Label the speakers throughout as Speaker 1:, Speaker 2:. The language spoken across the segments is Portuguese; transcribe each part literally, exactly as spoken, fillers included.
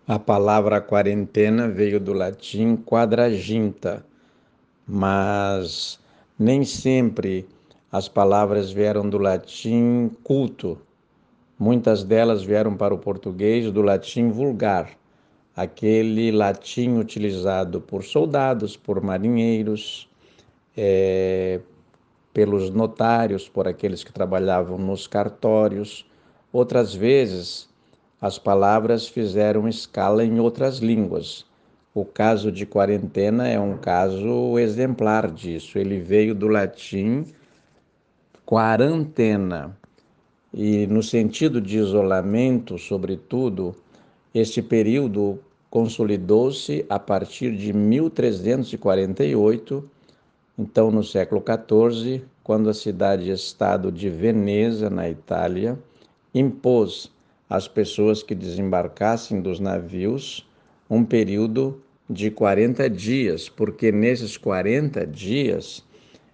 Speaker 1: A palavra quarentena veio do latim quadraginta, mas nem sempre as palavras vieram do latim culto. Muitas delas vieram para o português do latim vulgar, aquele latim utilizado por soldados, por marinheiros, é, pelos notários, por aqueles que trabalhavam nos cartórios. Outras vezes, as palavras fizeram escala em outras línguas. O caso de quarentena é um caso exemplar disso. Ele veio do latim quarantena e, no sentido de isolamento, sobretudo, este período consolidou-se a partir de mil trezentos e quarenta e oito, então no século quatorze, quando a cidade-estado de Veneza, na Itália, impôs às pessoas que desembarcassem dos navios um período de quarenta dias, porque nesses quarenta dias,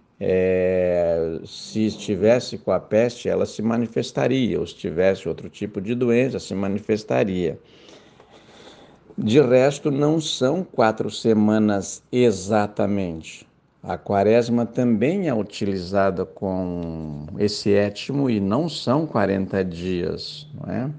Speaker 1: é, se estivesse com a peste, ela se manifestaria, ou se tivesse outro tipo de doença, se manifestaria. De resto, não são quatro semanas exatamente. A quaresma também é utilizada com esse étimo e não são quarenta dias, não é?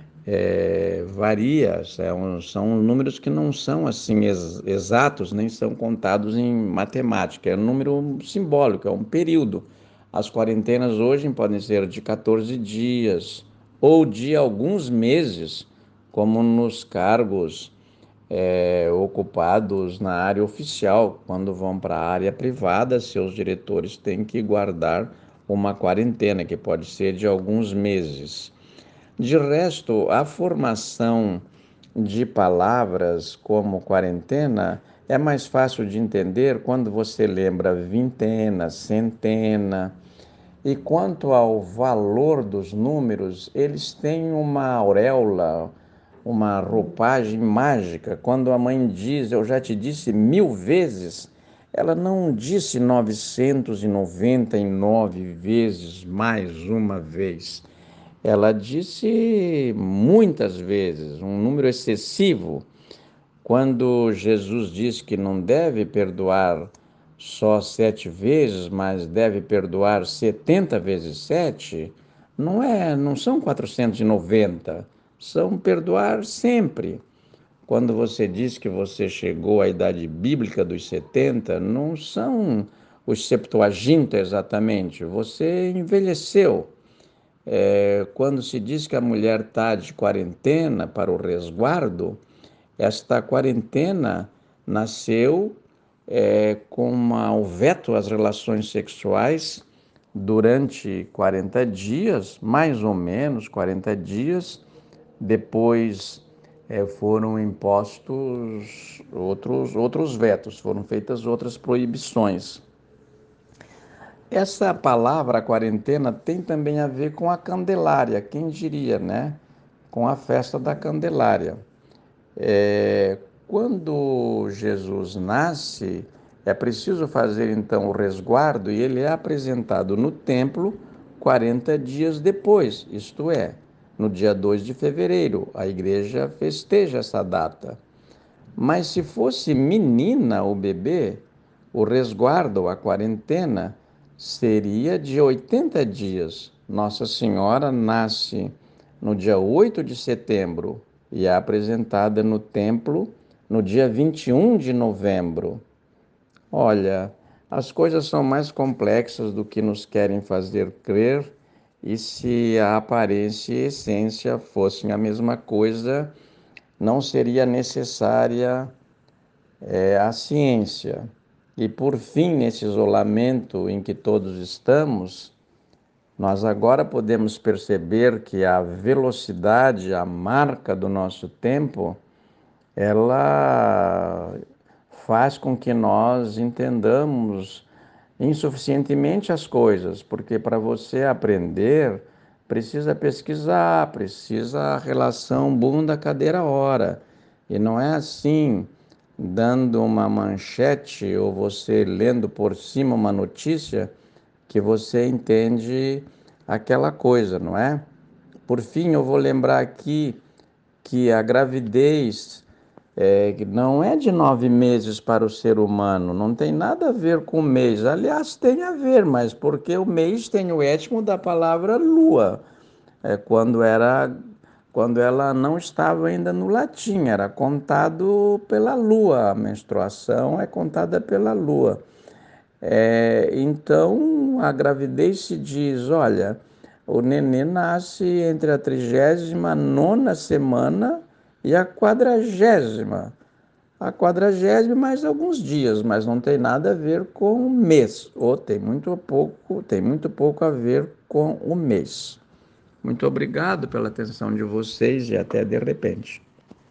Speaker 1: É, varia, são, são números que não são assim ex, exatos, nem são contados em matemática, é um número simbólico, é um período. As quarentenas hoje podem ser de quatorze dias ou de alguns meses, como nos cargos é, ocupados na área oficial. Quando vão para a área privada, seus diretores têm que guardar uma quarentena, que pode ser de alguns meses. De resto, a formação de palavras como quarentena é mais fácil de entender quando você lembra vintena, centena. E quanto ao valor dos números, eles têm uma auréola, uma roupagem mágica. Quando a mãe diz, eu já te disse mil vezes, ela não disse novecentos e noventa e nove vezes mais uma vez. Ela disse muitas vezes, um número excessivo. Quando Jesus diz que não deve perdoar só sete vezes, mas deve perdoar setenta vezes sete, não é, não são quatrocentos e noventa, são perdoar sempre. Quando você diz que você chegou à idade bíblica dos setenta, não são os Septuaginta exatamente, você envelheceu. É, quando se diz que a mulher está de quarentena para o resguardo, esta quarentena nasceu é, com uma, o veto às relações sexuais durante quarenta dias, mais ou menos quarenta dias. Depois é, foram impostos outros, outros vetos, foram feitas outras proibições. Essa palavra quarentena tem também a ver com a Candelária, quem diria, né? Com a festa da Candelária. É, quando Jesus nasce, é preciso fazer então o resguardo e ele é apresentado no templo quarenta dias depois, isto é, no dia dois de fevereiro. A igreja festeja essa data. Mas se fosse menina o bebê, o resguardo, a quarentena, seria de oitenta dias. Nossa Senhora nasce no dia oito de setembro e é apresentada no templo no dia vinte e um de novembro. Olha, as coisas são mais complexas do que nos querem fazer crer, e se a aparência e a essência fossem a mesma coisa, não seria necessária é, a ciência. E por fim, nesse isolamento em que todos estamos, nós agora podemos perceber que a velocidade, a marca do nosso tempo, ela faz com que nós entendamos insuficientemente as coisas, porque para você aprender, precisa pesquisar, precisa a relação bunda-cadeira-hora. E não é assim, dando uma manchete ou você lendo por cima uma notícia, que você entende aquela coisa, não é? Por fim, eu vou lembrar aqui que a gravidez é, que não é de nove meses para o ser humano, não tem nada a ver com mês. Aliás, tem a ver, mas porque o mês tem o étimo da palavra lua, é, quando era quando ela não estava ainda no latim, era contado pela lua, a menstruação é contada pela lua. É, então, a gravidez se diz, olha, o nenê nasce entre a trigésima nona semana e a quadragésima. A quadragésima mais alguns dias, mas não tem nada a ver com o mês, ou tem muito pouco, tem muito pouco a ver com o mês. Muito obrigado pela atenção de vocês e até de repente.